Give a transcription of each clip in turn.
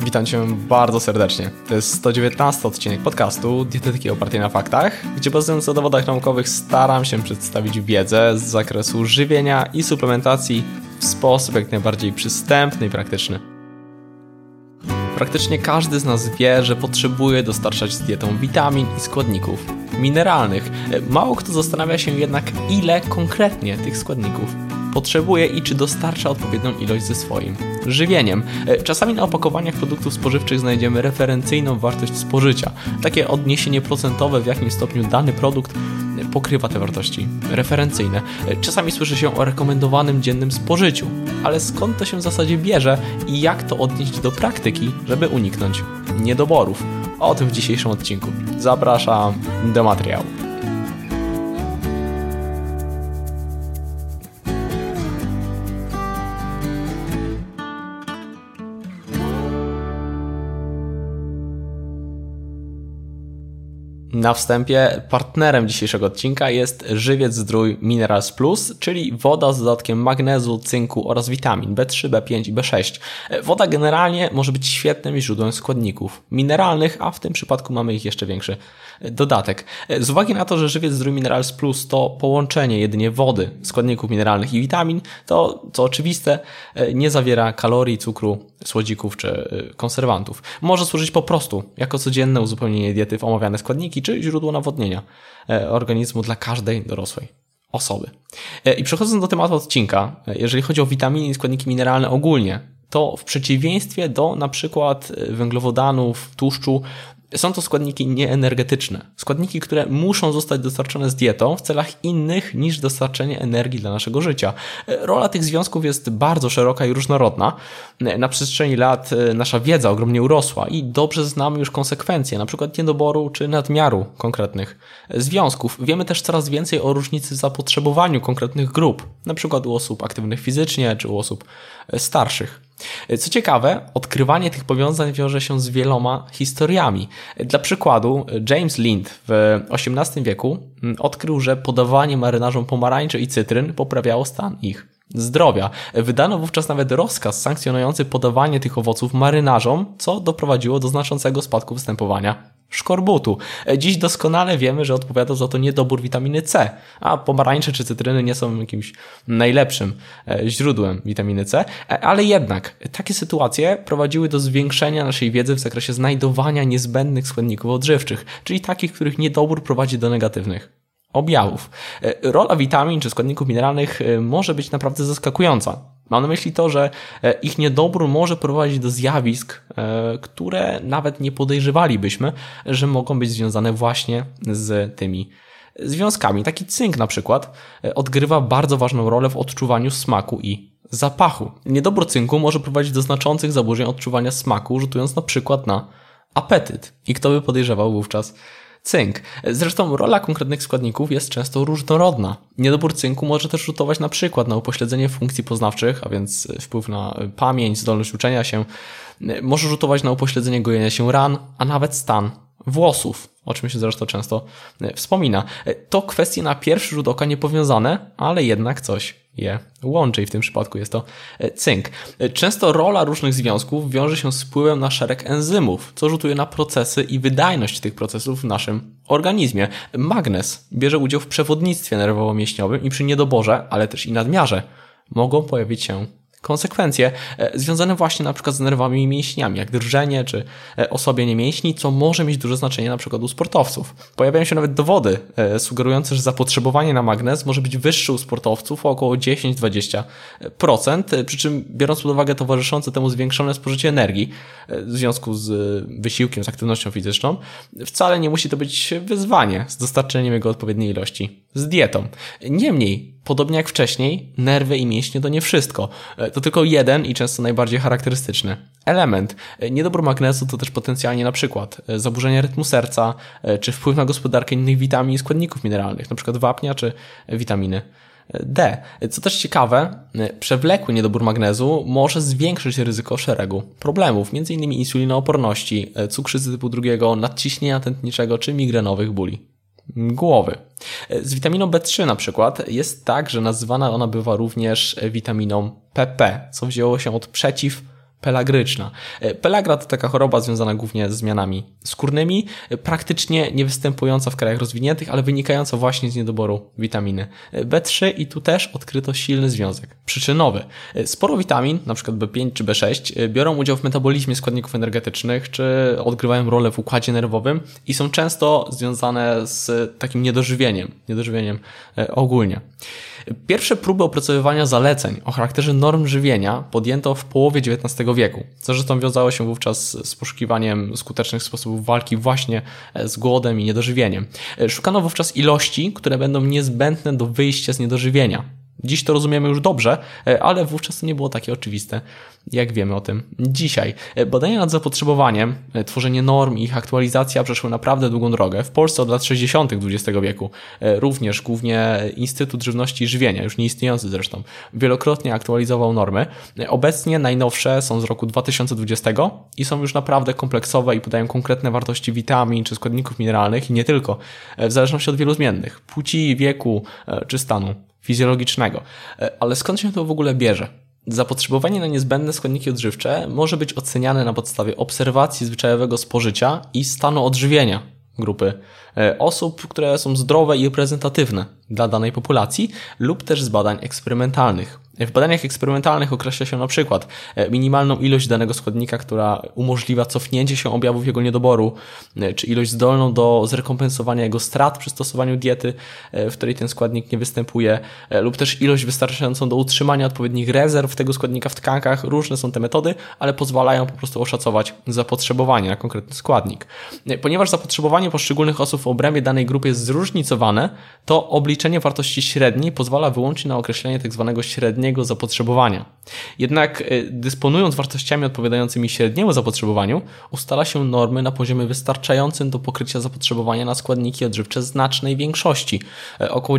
Witam Cię bardzo serdecznie. To jest 119 odcinek podcastu Dietetyki opartej na faktach, gdzie bazując na dowodach naukowych staram się przedstawić wiedzę z zakresu żywienia i suplementacji w sposób jak najbardziej przystępny i praktyczny. Praktycznie każdy z nas wie, że potrzebuje dostarczać z dietą witamin i składników mineralnych. Mało kto zastanawia się jednak, ile konkretnie tych składników potrzebuje i czy dostarcza odpowiednią ilość ze swoim żywieniem. Czasami na opakowaniach produktów spożywczych znajdziemy referencyjną wartość spożycia. Takie odniesienie procentowe, w jakim stopniu dany produkt pokrywa te wartości referencyjne. Czasami słyszy się o rekomendowanym dziennym spożyciu, ale skąd to się w zasadzie bierze i jak to odnieść do praktyki, żeby uniknąć niedoborów? O tym w dzisiejszym odcinku. Zapraszam do materiału. Na wstępie partnerem dzisiejszego odcinka jest Żywiec Zdrój Minerals Plus, czyli woda z dodatkiem magnezu, cynku oraz witamin B3, B5 i B6. Woda generalnie może być świetnym źródłem składników mineralnych, a w tym przypadku mamy ich jeszcze większy dodatek. Z uwagi na to, że Żywiec Zdrój Minerals Plus to połączenie jedynie wody, składników mineralnych i witamin, to co oczywiste nie zawiera kalorii, cukru, słodzików czy konserwantów. Może służyć po prostu jako codzienne uzupełnienie diety w omawiane składniki czy źródło nawodnienia organizmu dla każdej dorosłej osoby. I przechodząc do tematu odcinka, jeżeli chodzi o witaminy i składniki mineralne ogólnie, to w przeciwieństwie do na przykład węglowodanów, tłuszczu, są to składniki nieenergetyczne. Składniki, które muszą zostać dostarczone z dietą w celach innych niż dostarczenie energii dla naszego życia. Rola tych związków jest bardzo szeroka i różnorodna. Na przestrzeni lat nasza wiedza ogromnie urosła i dobrze znamy już konsekwencje, na przykład niedoboru czy nadmiaru konkretnych związków. Wiemy też coraz więcej o różnicy w zapotrzebowaniu konkretnych grup, na przykład u osób aktywnych fizycznie czy u osób starszych. Co ciekawe, odkrywanie tych powiązań wiąże się z wieloma historiami. Dla przykładu, James Lind w XVIII wieku odkrył, że podawanie marynarzom pomarańczy i cytryn poprawiało stan ich zdrowia. Wydano wówczas nawet rozkaz sankcjonujący podawanie tych owoców marynarzom, co doprowadziło do znaczącego spadku występowania szkorbutu. Dziś doskonale wiemy, że odpowiada za to niedobór witaminy C, a pomarańcze czy cytryny nie są jakimś najlepszym źródłem witaminy C, ale jednak takie sytuacje prowadziły do zwiększenia naszej wiedzy w zakresie znajdowania niezbędnych składników odżywczych, czyli takich, których niedobór prowadzi do negatywnych objawów. Rola witamin czy składników mineralnych może być naprawdę zaskakująca. Mam na myśli to, że ich niedobór może prowadzić do zjawisk, które nawet nie podejrzewalibyśmy, że mogą być związane właśnie z tymi związkami. Taki cynk na przykład odgrywa bardzo ważną rolę w odczuwaniu smaku i zapachu. Niedobór cynku może prowadzić do znaczących zaburzeń odczuwania smaku, rzutując na przykład na apetyt. I kto by podejrzewał wówczas cynk. Zresztą rola konkretnych składników jest często różnorodna. Niedobór cynku może też rzutować na przykład na upośledzenie funkcji poznawczych, a więc wpływ na pamięć, zdolność uczenia się. Może rzutować na upośledzenie gojenia się ran, a nawet stan włosów, o czym się zresztą często wspomina. To kwestie na pierwszy rzut oka niepowiązane, ale jednak coś je łączy i w tym przypadku jest to cynk. Często rola różnych związków wiąże się z wpływem na szereg enzymów, co rzutuje na procesy i wydajność tych procesów w naszym organizmie. Magnez bierze udział w przewodnictwie nerwowo-mięśniowym i przy niedoborze, ale też i nadmiarze mogą pojawić się konsekwencje związane właśnie na przykład z nerwami i mięśniami, jak drżenie czy osłabienie mięśni, co może mieć duże znaczenie na przykład u sportowców. Pojawiają się nawet dowody sugerujące, że zapotrzebowanie na magnez może być wyższe u sportowców o około 10-20%, przy czym biorąc pod uwagę towarzyszące temu zwiększone spożycie energii w związku z wysiłkiem, z aktywnością fizyczną, wcale nie musi to być wyzwanie z dostarczeniem jego odpowiedniej ilości z dietą. Niemniej, podobnie jak wcześniej, nerwy i mięśnie to nie wszystko. To tylko jeden i często najbardziej charakterystyczny element. Niedobór magnezu to też potencjalnie na przykład zaburzenie rytmu serca, czy wpływ na gospodarkę innych witamin i składników mineralnych, na przykład wapnia czy witaminy D. Co też ciekawe, przewlekły niedobór magnezu może zwiększyć ryzyko szeregu problemów, m.in. insulinooporności, cukrzycy typu 2, nadciśnienia tętniczego czy migrenowych bóli głowy. Z witaminą B3 na przykład jest tak, że nazywana ona bywa również witaminą PP, co wzięło się od pelagryczna. Pelagra to taka choroba związana głównie z zmianami skórnymi, praktycznie nie występująca w krajach rozwiniętych, ale wynikająca właśnie z niedoboru witaminy B3 i tu też odkryto silny związek przyczynowy. Sporo witamin, np. B5 czy B6, biorą udział w metabolizmie składników energetycznych, czy odgrywają rolę w układzie nerwowym i są często związane z takim niedożywieniem ogólnie. Pierwsze próby opracowywania zaleceń o charakterze norm żywienia podjęto w połowie XIX wieku, co zresztą wiązało się wówczas z poszukiwaniem skutecznych sposobów walki właśnie z głodem i niedożywieniem. Szukano wówczas ilości, które będą niezbędne do wyjścia z niedożywienia. Dziś to rozumiemy już dobrze, ale wówczas to nie było takie oczywiste, jak wiemy o tym dzisiaj. Badania nad zapotrzebowaniem, tworzenie norm i ich aktualizacja przeszły naprawdę długą drogę. W Polsce od lat 60. XX wieku również głównie Instytut Żywności i Żywienia, już nieistniejący zresztą, wielokrotnie aktualizował normy. Obecnie najnowsze są z roku 2020 i są już naprawdę kompleksowe i podają konkretne wartości witamin czy składników mineralnych i nie tylko, w zależności od wielu zmiennych, płci, wieku czy stanu fizjologicznego. Ale skąd się to w ogóle bierze? Zapotrzebowanie na niezbędne składniki odżywcze może być oceniane na podstawie obserwacji zwyczajowego spożycia i stanu odżywienia grupy osób, które są zdrowe i reprezentatywne dla danej populacji lub też z badań eksperymentalnych. W badaniach eksperymentalnych określa się na przykład minimalną ilość danego składnika, która umożliwia cofnięcie się objawów jego niedoboru, czy ilość zdolną do zrekompensowania jego strat przy stosowaniu diety, w której ten składnik nie występuje, lub też ilość wystarczającą do utrzymania odpowiednich rezerw tego składnika w tkankach. Różne są te metody, ale pozwalają po prostu oszacować zapotrzebowanie na konkretny składnik. Ponieważ zapotrzebowanie poszczególnych osób w obrębie danej grupy jest zróżnicowane, to obliczenie wartości średniej pozwala wyłącznie na określenie tzw. średniego zapotrzebowania. Jednak dysponując wartościami odpowiadającymi średniemu zapotrzebowaniu, ustala się normy na poziomie wystarczającym do pokrycia zapotrzebowania na składniki odżywcze znacznej większości, około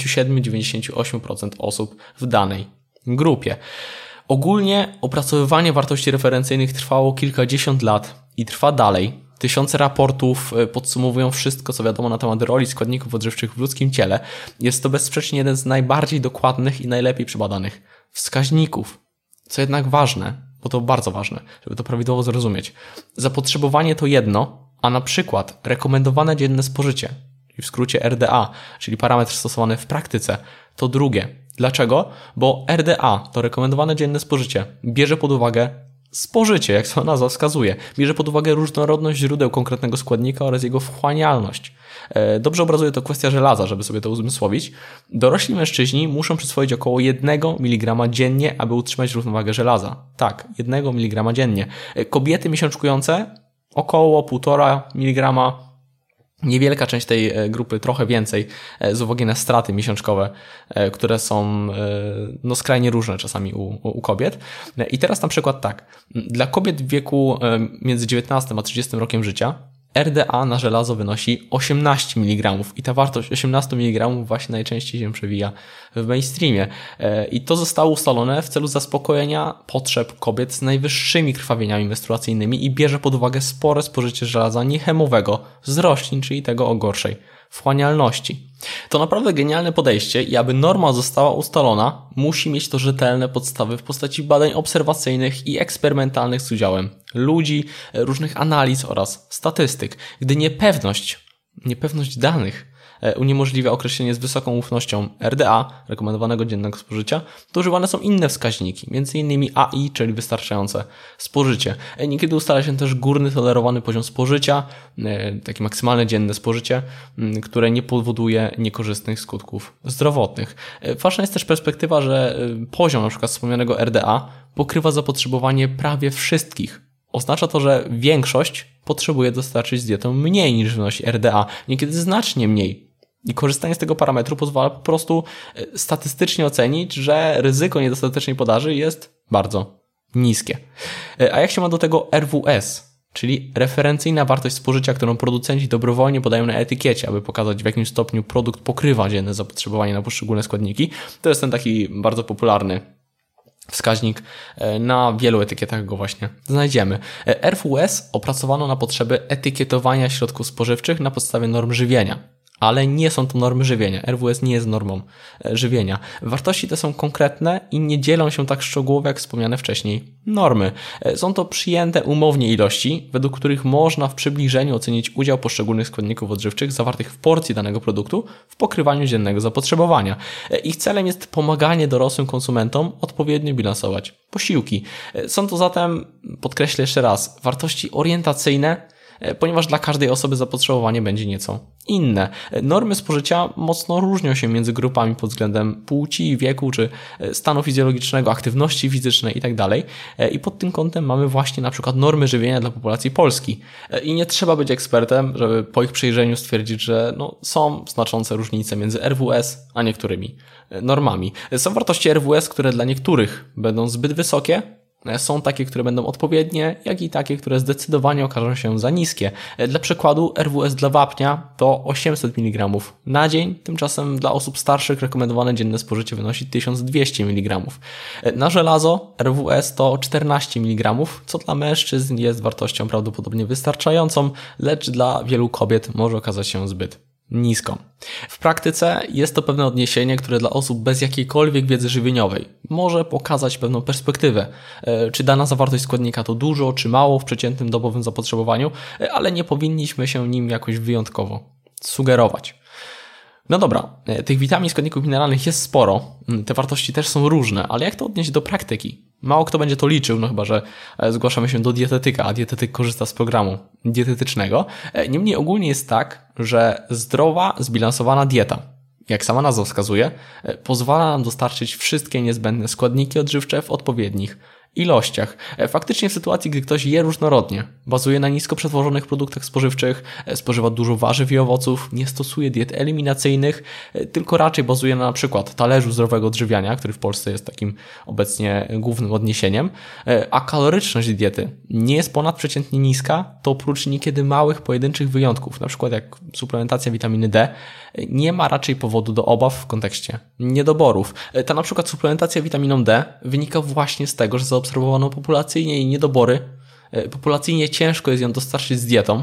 97-98% osób w danej grupie. Ogólnie opracowywanie wartości referencyjnych trwało kilkadziesiąt lat i trwa dalej. Tysiące raportów podsumowują wszystko, co wiadomo na temat roli składników odżywczych w ludzkim ciele. Jest to bezsprzecznie jeden z najbardziej dokładnych i najlepiej przebadanych wskaźników. Co jednak ważne, bo to bardzo ważne, żeby to prawidłowo zrozumieć. Zapotrzebowanie to jedno, a na przykład rekomendowane dzienne spożycie, w skrócie RDA, czyli parametr stosowany w praktyce, to drugie. Dlaczego? Bo RDA, to rekomendowane dzienne spożycie, bierze pod uwagę spożycie, jak to nazwa wskazuje. Bierze pod uwagę różnorodność źródeł konkretnego składnika oraz jego wchłanialność. Dobrze obrazuje to kwestia żelaza, żeby sobie to uzmysłowić. Dorośli mężczyźni muszą przyswoić około 1 mg dziennie, aby utrzymać równowagę żelaza. Tak, 1 mg dziennie. Kobiety miesiączkujące około 1,5 mg. Niewielka część tej grupy, trochę więcej, z uwagi na straty miesiączkowe, które są skrajnie różne czasami u kobiet. I teraz na przykład tak, dla kobiet w wieku między 19 a 30 rokiem życia RDA na żelazo wynosi 18 mg i ta wartość 18 mg właśnie najczęściej się przewija w mainstreamie. I to zostało ustalone w celu zaspokojenia potrzeb kobiet z najwyższymi krwawieniami menstruacyjnymi i bierze pod uwagę spore spożycie żelaza niechemowego z roślin, czyli tego o gorszej wchłanialności. To naprawdę genialne podejście i aby norma została ustalona, musi mieć to rzetelne podstawy w postaci badań obserwacyjnych i eksperymentalnych z udziałem ludzi, różnych analiz oraz statystyk. Gdy niepewność danych uniemożliwia określenie z wysoką ufnością RDA, rekomendowanego dziennego spożycia, to używane są inne wskaźniki, m.in. AI, czyli wystarczające spożycie. Niekiedy ustala się też górny tolerowany poziom spożycia, takie maksymalne dzienne spożycie, które nie powoduje niekorzystnych skutków zdrowotnych. Ważna jest też perspektywa, że poziom np. wspomnianego RDA pokrywa zapotrzebowanie prawie wszystkich. Oznacza to, że większość potrzebuje dostarczyć z dietą mniej niż wynosi RDA, niekiedy znacznie mniej. I korzystanie z tego parametru pozwala po prostu statystycznie ocenić, że ryzyko niedostatecznej podaży jest bardzo niskie. A jak się ma do tego RWS, czyli referencyjna wartość spożycia, którą producenci dobrowolnie podają na etykiecie, aby pokazać, w jakim stopniu produkt pokrywa dzienne zapotrzebowanie na poszczególne składniki. To jest ten taki bardzo popularny wskaźnik, na wielu etykietach go właśnie znajdziemy. RWS opracowano na potrzeby etykietowania środków spożywczych na podstawie norm żywienia. ale nie są to normy żywienia. RWS nie jest normą żywienia. Wartości te są konkretne i nie dzielą się tak szczegółowo, jak wspomniane wcześniej normy. Są to przyjęte umownie ilości, według których można w przybliżeniu ocenić udział poszczególnych składników odżywczych zawartych w porcji danego produktu w pokrywaniu dziennego zapotrzebowania. Ich celem jest pomaganie dorosłym konsumentom odpowiednio bilansować posiłki. Są to zatem, podkreślę jeszcze raz, wartości orientacyjne, ponieważ dla każdej osoby zapotrzebowanie będzie nieco inne. Normy spożycia mocno różnią się między grupami pod względem płci, wieku czy stanu fizjologicznego, aktywności fizycznej itd. I pod tym kątem mamy właśnie na przykład normy żywienia dla populacji Polski. I nie trzeba być ekspertem, żeby po ich przejrzeniu stwierdzić, że są znaczące różnice między RWS a niektórymi normami. Są wartości RWS, które dla niektórych będą zbyt wysokie, są takie, które będą odpowiednie, jak i takie, które zdecydowanie okażą się za niskie. Dla przykładu RWS dla wapnia to 800 mg na dzień, tymczasem dla osób starszych rekomendowane dzienne spożycie wynosi 1200 mg. Na żelazo RWS to 14 mg, co dla mężczyzn jest wartością prawdopodobnie wystarczającą, lecz dla wielu kobiet może okazać się zbyt nisko. W praktyce jest to pewne odniesienie, które dla osób bez jakiejkolwiek wiedzy żywieniowej może pokazać pewną perspektywę. Czy dana zawartość składnika to dużo, czy mało w przeciętnym dobowym zapotrzebowaniu, ale nie powinniśmy się nim jakoś wyjątkowo sugerować. No dobra, tych witamin, składników mineralnych jest sporo, te wartości też są różne, ale jak to odnieść do praktyki? Mało kto będzie to liczył, chyba że zgłaszamy się do dietetyka, a dietetyk korzysta z programu dietetycznego. Niemniej ogólnie jest tak, że zdrowa, zbilansowana dieta, jak sama nazwa wskazuje, pozwala nam dostarczyć wszystkie niezbędne składniki odżywcze w odpowiednich ilościach. Faktycznie w sytuacji, gdy ktoś je różnorodnie, bazuje na nisko przetworzonych produktach spożywczych, spożywa dużo warzyw i owoców, nie stosuje diet eliminacyjnych, tylko raczej bazuje na przykład talerzu zdrowego odżywiania, który w Polsce jest takim obecnie głównym odniesieniem, a kaloryczność diety nie jest ponadprzeciętnie niska, to oprócz niekiedy małych, pojedynczych wyjątków, na przykład jak suplementacja witaminy D, nie ma raczej powodu do obaw w kontekście niedoborów. Ta na przykład suplementacja witaminą D wynika właśnie z tego, że zaobserwowano populacyjnie jej niedobory. Populacyjnie ciężko jest ją dostarczyć z dietą,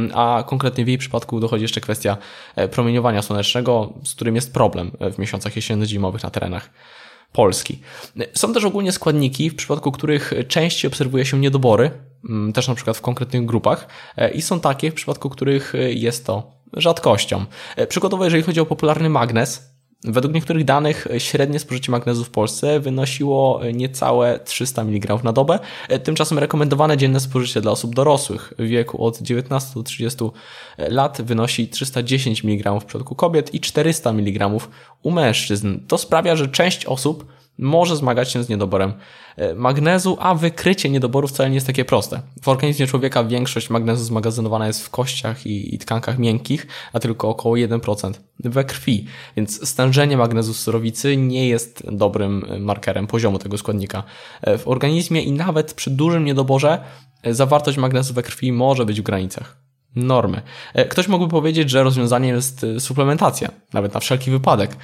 a konkretnie w jej przypadku dochodzi jeszcze kwestia promieniowania słonecznego, z którym jest problem w miesiącach jesienno-zimowych na terenach Polski. Są też ogólnie składniki, w przypadku których częściej obserwuje się niedobory, też na przykład w konkretnych grupach, i są takie, w przypadku których jest to rzadkością. Przykładowo, jeżeli chodzi o popularny magnez, według niektórych danych średnie spożycie magnezu w Polsce wynosiło niecałe 300 mg na dobę, tymczasem rekomendowane dzienne spożycie dla osób dorosłych w wieku od 19 do 30 lat wynosi 310 mg w przypadku kobiet i 400 mg u mężczyzn. To sprawia, że część osób może zmagać się z niedoborem magnezu, a wykrycie niedoboru wcale nie jest takie proste. W organizmie człowieka większość magnezu zmagazynowana jest w kościach i tkankach miękkich, a tylko około 1% we krwi, więc stężenie magnezu z surowicy nie jest dobrym markerem poziomu tego składnika w organizmie i nawet przy dużym niedoborze zawartość magnezu we krwi może być w granicach normy. Ktoś mógłby powiedzieć, że rozwiązaniem jest suplementacja, nawet na wszelki wypadek.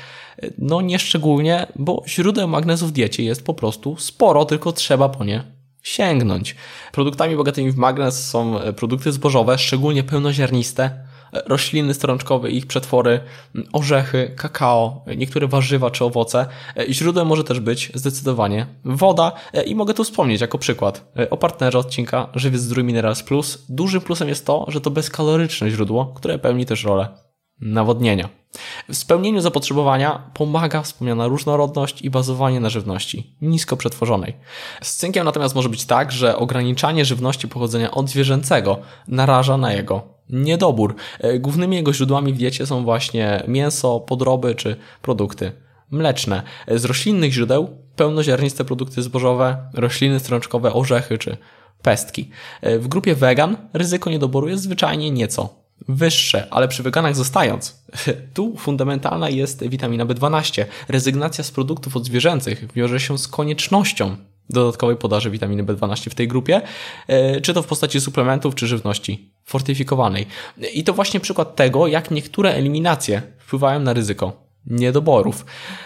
Nie szczególnie, bo źródeł magnezu w diecie jest po prostu sporo, tylko trzeba po nie sięgnąć. Produktami bogatymi w magnez są produkty zbożowe, szczególnie pełnoziarniste, rośliny strączkowe i ich przetwory, orzechy, kakao, niektóre warzywa czy owoce. Źródłem może też być zdecydowanie woda i mogę tu wspomnieć jako przykład o partnerze odcinka Żywiec Zdrój Minerals Plus. Dużym plusem jest to, że to bezkaloryczne źródło, które pełni też rolę nawodnienia. W spełnieniu zapotrzebowania pomaga wspomniana różnorodność i bazowanie na żywności nisko przetworzonej. Z cynkiem natomiast może być tak, że ograniczanie żywności pochodzenia odzwierzęcego naraża na jego niedobór. Głównymi jego źródłami w diecie są właśnie mięso, podroby czy produkty mleczne. Z roślinnych źródeł pełnoziarniste produkty zbożowe, rośliny strączkowe, orzechy czy pestki. W grupie wegan ryzyko niedoboru jest zwyczajnie nieco wyższe, ale przy weganach zostając, tu fundamentalna jest witamina B12. Rezygnacja z produktów odzwierzęcych wiąże się z koniecznością dodatkowej podaży witaminy B12 w tej grupie, czy to w postaci suplementów, czy żywności fortyfikowanej. I to właśnie przykład tego, jak niektóre eliminacje wpływają na ryzyko niedoborów.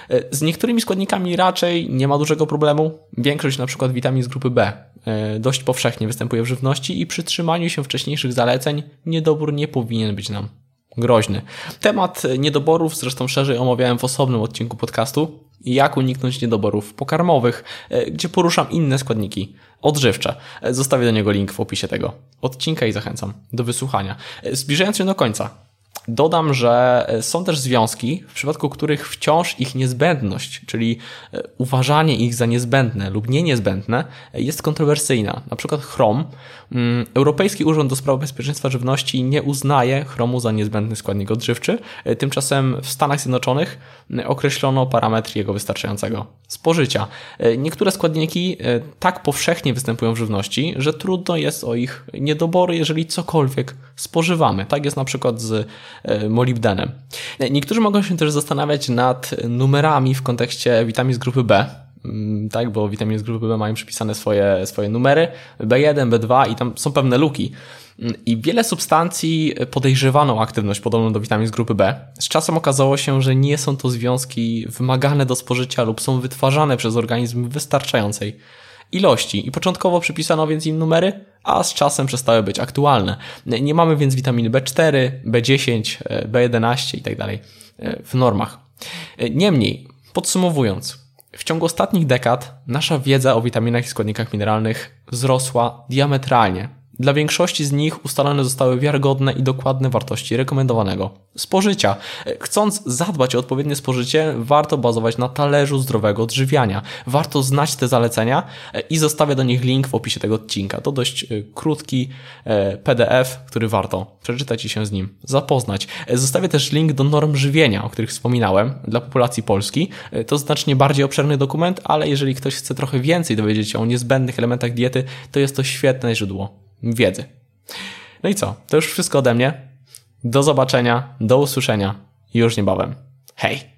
Z niektórymi składnikami raczej nie ma dużego problemu. Większość na przykład witamin z grupy B dość powszechnie występuje w żywności i przy trzymaniu się wcześniejszych zaleceń niedobór nie powinien być nam groźny. Temat niedoborów zresztą szerzej omawiałem w osobnym odcinku podcastu, jak uniknąć niedoborów pokarmowych, gdzie poruszam inne składniki odżywcze. Zostawię do niego link w opisie tego odcinka i zachęcam do wysłuchania. Zbliżając się do końca, dodam, że są też związki, w przypadku których wciąż ich niezbędność, czyli uważanie ich za niezbędne lub nie niezbędne, jest kontrowersyjna. Na przykład chrom. Europejski Urząd do Spraw Bezpieczeństwa Żywności nie uznaje chromu za niezbędny składnik odżywczy. Tymczasem w Stanach Zjednoczonych określono parametr jego wystarczającego spożycia. Niektóre składniki tak powszechnie występują w żywności, że trudno jest o ich niedobory, jeżeli cokolwiek spożywamy. Tak jest na przykład z molibdenem. Niektórzy mogą się też zastanawiać nad numerami w kontekście witamin z grupy B, tak, bo witaminy z grupy B mają przypisane swoje numery, B1, B2 i tam są pewne luki. I wiele substancji podejrzewano o aktywność podobną do witamin z grupy B. Z czasem okazało się, że nie są to związki wymagane do spożycia lub są wytwarzane przez organizm w wystarczającej ilości. I początkowo przypisano więc im numery, a z czasem przestały być aktualne. Nie mamy więc witaminy B4, B10, B11 i tak dalej w normach. Niemniej, podsumowując, w ciągu ostatnich dekad nasza wiedza o witaminach i składnikach mineralnych wzrosła diametralnie. Dla większości z nich ustalone zostały wiarygodne i dokładne wartości rekomendowanego spożycia. Chcąc zadbać o odpowiednie spożycie, warto bazować na talerzu zdrowego odżywiania. Warto znać te zalecenia i zostawię do nich link w opisie tego odcinka. To dość krótki PDF, który warto przeczytać i się z nim zapoznać. Zostawię też link do norm żywienia, o których wspominałem, dla populacji Polski. To znacznie bardziej obszerny dokument, ale jeżeli ktoś chce trochę więcej dowiedzieć się o niezbędnych elementach diety, to jest to świetne źródło wiedzy. No i co? To już wszystko ode mnie. Do zobaczenia, do usłyszenia już niebawem. Hej!